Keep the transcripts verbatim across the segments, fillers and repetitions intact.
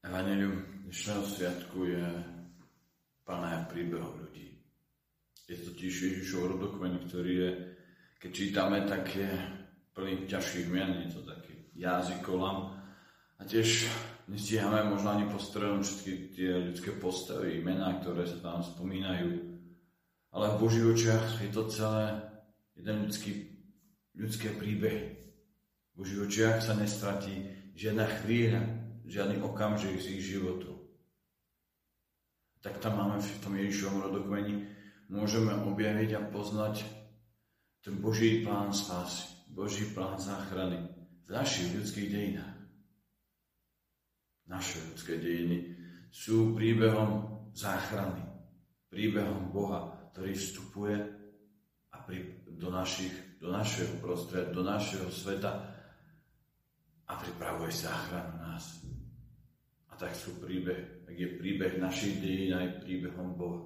Evanjelium dnešného sviatku je plné príbehov ľudí. Je to tiež Ježišov rodokmeň, ktorý je, keď čítame, tak je plný ťažkých mien, je to taký jazykolam. A tiež nestíhame možno ani postredom všetky tie ľudské postavy, mená, ktoré sa tam spomínajú. Ale v Božích očiach je to celé jeden ľudský, ľudské príbehy. V Božích očiach sa nestratí žiadna chvíľa, žiadny okamžik z ich životu. Tak tam máme v tom Ježišovom rodokmeni, môžeme objaviť a poznať ten Boží plán spásy, Boží plán záchrany v našich ľudských dejinách. Naše ľudské dejiny sú príbehom záchrany, príbehom Boha, ktorý vstupuje a pri, do, našich, do našeho prostredia, do našeho sveta a pripravuje záchranu nás. A tak sú príbeh, tak je príbeh našich dejín aj príbehom Boha.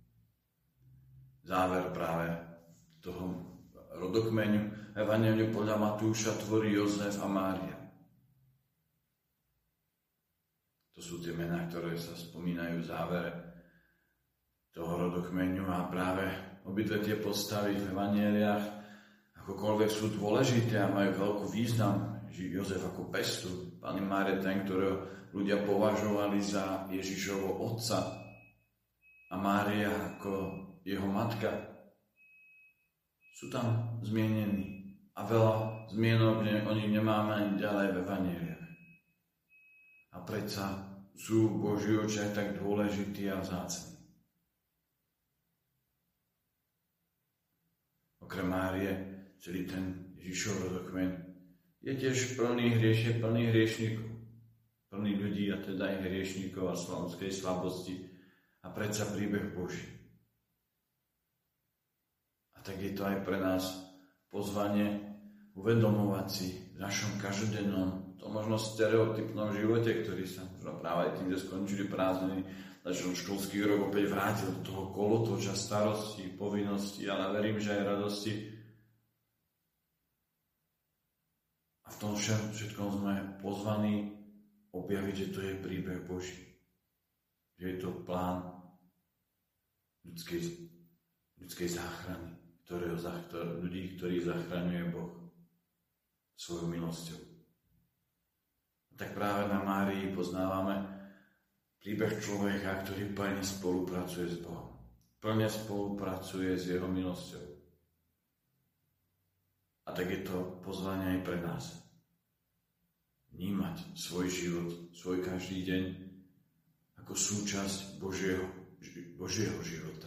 Záver práve toho rodokmeňu Evanjeliu podľa Matúša tvorí Jozef a Mária. To sú tie mená, ktoré sa spomínajú v závere toho rodokmeňu a práve obidve tie postavy v Evanjeliách akokoľvek sú dôležité a majú veľký význam. Jozef ako pestu, Panny Mária ten, ktorého ľudia považovali za Ježišovho otca a Mária ako jeho matka. Sú tam zmienení a veľa zmienok o nich nemáme ani ďalej v Evanjeliách. A predsa sú v Božích očiach tak dôležití a vzácni. Okrem Márie celý ten Ježišov rodokmeň je tiež plný hriešne, plný hriešníkov, plný ľudí a teda aj hriešníkov a ľudskej slabosti a predsa príbeh Boží. A tak je to aj pre nás pozvanie uvedomovať si v našom každodennom, to možno stereotypnom živote, ktorý sa možno práve aj tým, kde skončili prázdniny, začal školský rok opäť vrátil do toho kolotoča starosti, povinnosti, ale verím, že aj radosti. A v tom všetkom sme pozvaní objaviť, že to je príbeh Boží. Že je to plán ľudskej, ľudskej záchrany, ktorého, ktorý, ľudí, ktorých zachraňuje Boh svojou milosťou. A tak práve na Márii poznávame príbeh človeka, ktorý plne spolupracuje s Bohom. Plne spolupracuje s jeho milosťou. A tak je to pozvanie aj pre nás. Vnímať svoj život, svoj každý deň ako súčasť Božieho, Božieho života.